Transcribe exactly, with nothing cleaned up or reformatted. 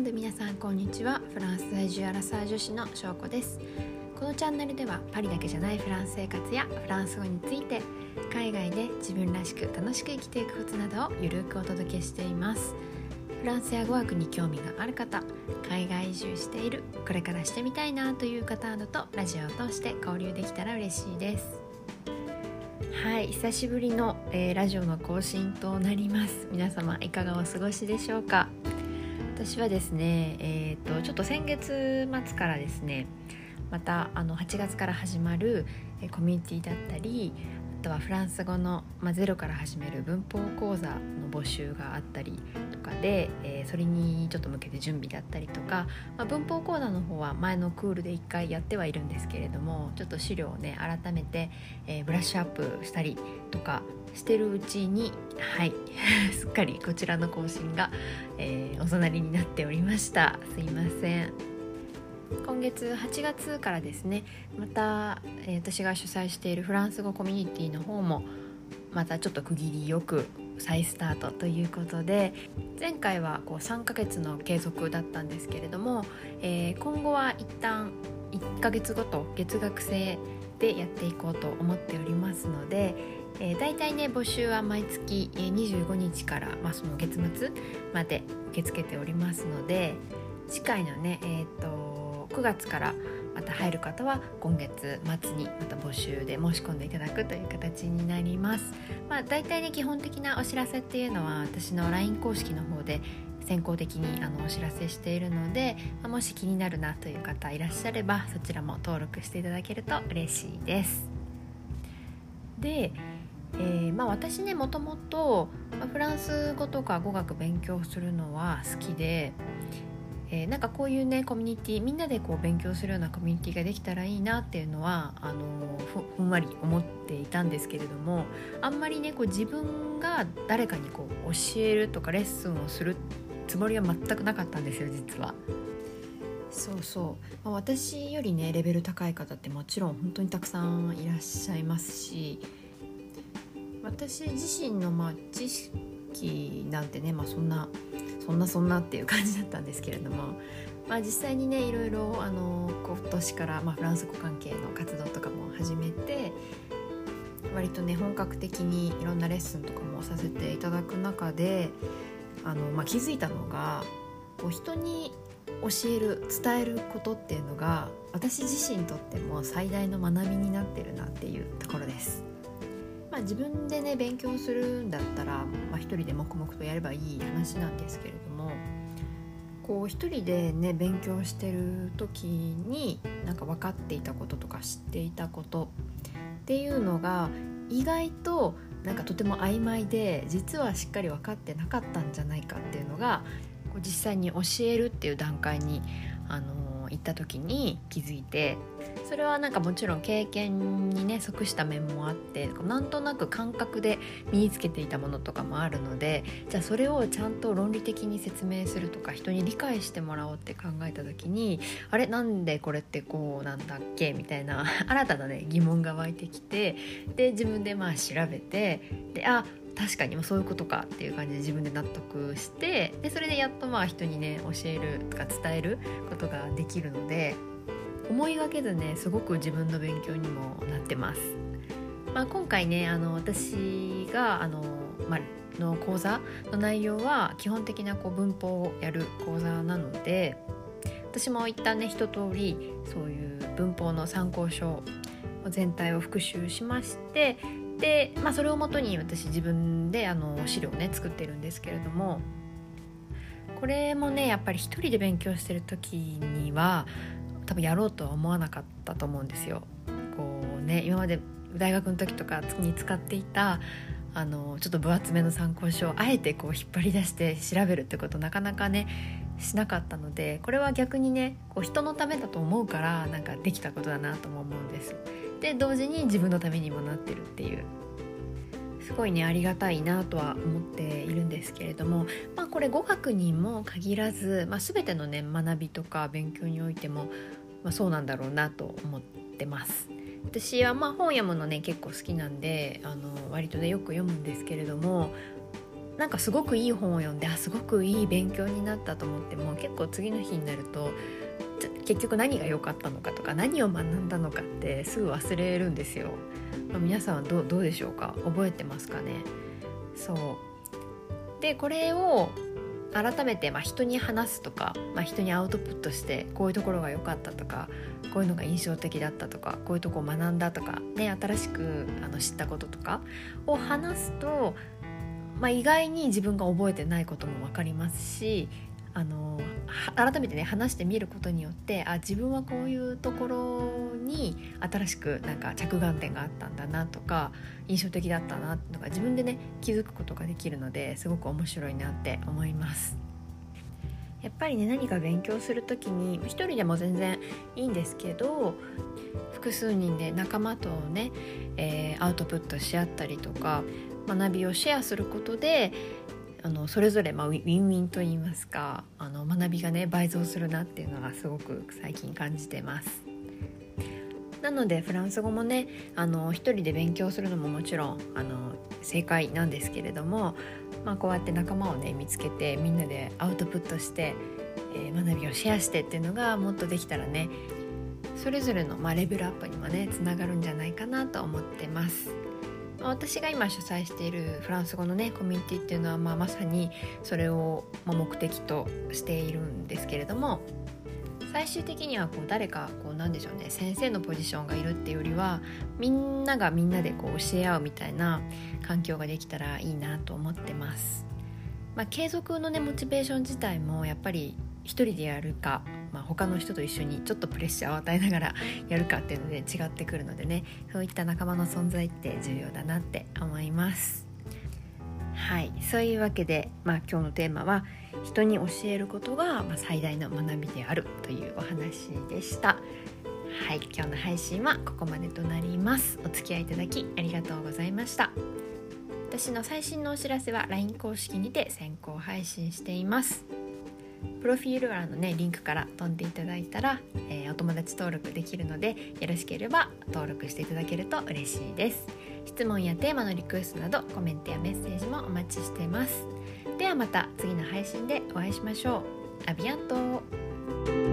ンド皆さんこんにちは。フランス在住アラサー女子のしょうこです。このチャンネルではパリだけじゃないフランス生活やフランス語について、海外で自分らしく楽しく生きていくコツなどをゆるくお届けしています。フランスや語学に興味がある方、海外移住している、これからしてみたいなという方などとラジオを通して交流できたら嬉しいです。はい、久しぶりの、えー、ラジオの更新となります。皆様いかがお過ごしでしょうか。私はですね、えーと、ちょっと先月末からですね、またあのはちがつから始まる、えー、コミュニティだったり、あとはフランス語の、まあ、ゼロから始める文法講座の募集があったりとかで、えー、それにちょっと向けて準備だったりとか、まあ、文法講座の方は前のクールでいっかいやってはいるんですけれども、ちょっと資料をね改めて、えー、ブラッシュアップしたりとかしてるうちに、はいすっかりこちらの更新が、えー、お隣になっておりました。すいません。今月はちがつからですね、また、えー、私が主催しているフランス語コミュニティの方もまたちょっと区切りよく再スタートということで、前回はこうさんかげつの継続だったんですけれども、えー、今後は一旦いっかげつごと月額制でやっていこうと思っておりますので、えー、だいたいね募集は毎月にじゅうごにちから、まあ、その月末まで受け付けておりますので、次回のね、えー、とくがつからまた入る方は今月末にまた募集で申し込んでいただくという形になります。まあ、だいたいね基本的なお知らせっていうのは私の ライン 公式の方で先行的にあのお知らせしているので、まあ、もし気になるなという方いらっしゃればそちらも登録していただけると嬉しいです。で、えーまあ、私ねもともとフランス語とか語学勉強するのは好きで、えー、なんかこういうねコミュニティみんなでこう勉強するようなコミュニティができたらいいなっていうのはあのふ, ふんわり思っていたんですけれども、あんまりねこう自分が誰かにこう教えるとかレッスンをするつもりは全くなかったんですよ、実は。そうそう、まあ、私よりねレベル高い方ってもちろん本当にたくさんいらっしゃいますし、私自身のまあ知識なんてね、まあ、そんなそんなそんなっていう感じだったんですけれども、まあ、実際にねいろいろあの今年から、まあ、フランス語関係の活動とかも始めて、割とね本格的にいろんなレッスンとかもさせていただく中であの、まあ、気づいたのが、こう人に教える伝えることっていうのが私自身にとっても最大の学びになってるなっていうところです。まあ、自分でね勉強するんだったら、まあ、一人で黙々とやればいい話なんですけれども、こう一人でね勉強してる時になんか分かっていたこととか知っていたことっていうのが意外となんかとても曖昧で、実はしっかり分かってなかったんじゃないかっていうのが、こう実際に教えるっていう段階にあの行った時に気づいて、それはなんかもちろん経験にね即した面もあって、なんとなく感覚で身につけていたものとかもあるので、じゃあそれをちゃんと論理的に説明するとか人に理解してもらおうって考えた時に、あれなんでこれってこうなんだっけみたいな新たなね疑問が湧いてきて、で自分でまあ調べて、であ確かにそういうことかっていう感じで自分で納得して、でそれでやっとまあ人にね教えるとか伝えることができるので、思いがけずねすごく自分の勉強にもなってます。まあ、今回ねあの私があの、まあの講座の内容は基本的なこう文法をやる講座なので、私も一旦ね一通りそういう文法の参考書全体を復習しまして、で、まあ、それをもとに私自分であの資料をね作ってるんですけれども、これもねやっぱり一人で勉強してる時には多分やろうとは思わなかったと思うんですよ。こうね今まで大学の時とかに使っていたあのちょっと分厚めの参考書をあえてこう引っ張り出して調べるってことなかなかねしなかったので、これは逆にねこう人のためだと思うからなんかできたことだなとも思うんです。で同時に自分のためにもなってるっていう、すごいねありがたいなとは思っているんですけれども、まあこれ語学にも限らず、まあ、全てのね学びとか勉強においても、まあ、そうなんだろうなと思ってます。私はまあ本読むのね結構好きなんで、あの割とねよく読むんですけれども、 なんかすごくいい本を読んで、あすごくいい勉強になったと思っても、結構次の日になると結局何が良かったのかとか何を学んだのかってすぐ忘れるんですよ。まあ、皆さんはどう、どうでしょうか？覚えてますかね？そうで、これを改めてまあ人に話すとか、まあ、人にアウトプットして、こういうところが良かったとか、こういうのが印象的だったとか、こういうところを学んだとか、ね、新しくあの知ったこととかを話すと、まあ、意外に自分が覚えてないことも分かりますし、あの改めてね話してみることによって、あ自分はこういうところに新しくなんか着眼点があったんだなとか、印象的だったなとか自分でね気づくことができるので、すごく面白いなって思います。やっぱりね、何か勉強するときに一人でも全然いいんですけど、複数人で仲間とね、えー、アウトプットし合ったりとか学びをシェアすることで、あのそれぞれまあウィンウィンと言いますか、あの学びがね倍増するなっていうのがすごく最近感じてます。なのでフランス語もね、あの一人で勉強するのももちろんあの正解なんですけれども、まあ、こうやって仲間をね見つけて、みんなでアウトプットして、えー、学びをシェアしてっていうのがもっとできたらね、それぞれの、まあ、レベルアップにもねつながるんじゃないかなと思ってます。私が今主催しているフランス語のねコミュニティっていうのは、まあ、まさにそれを目的としているんですけれども、最終的にはこう誰かこうなんでしょうね、先生のポジションがいるっていうよりは、みんながみんなでこう教え合うみたいな環境ができたらいいなと思ってます。まあ、継続のねモチベーション自体もやっぱり一人でやるか、まあ、他の人と一緒にちょっとプレッシャーを与えながらやるかっていうので違ってくるのでね、そういった仲間の存在って重要だなって思います。はい、そういうわけで、まあ、今日のテーマは人に教えることがまあ最大の学びであるというお話でした。はい、今日の配信はここまでとなります。お付き合いいただきありがとうございました。私の最新のお知らせは ライン 公式にて先行配信しています。プロフィール欄のねリンクから飛んでいただいたら、えー、お友達登録できるので、よろしければ登録していただけると嬉しいです。質問やテーマのリクエストなどコメントやメッセージもお待ちしています。ではまた次の配信でお会いしましょう。アビアント。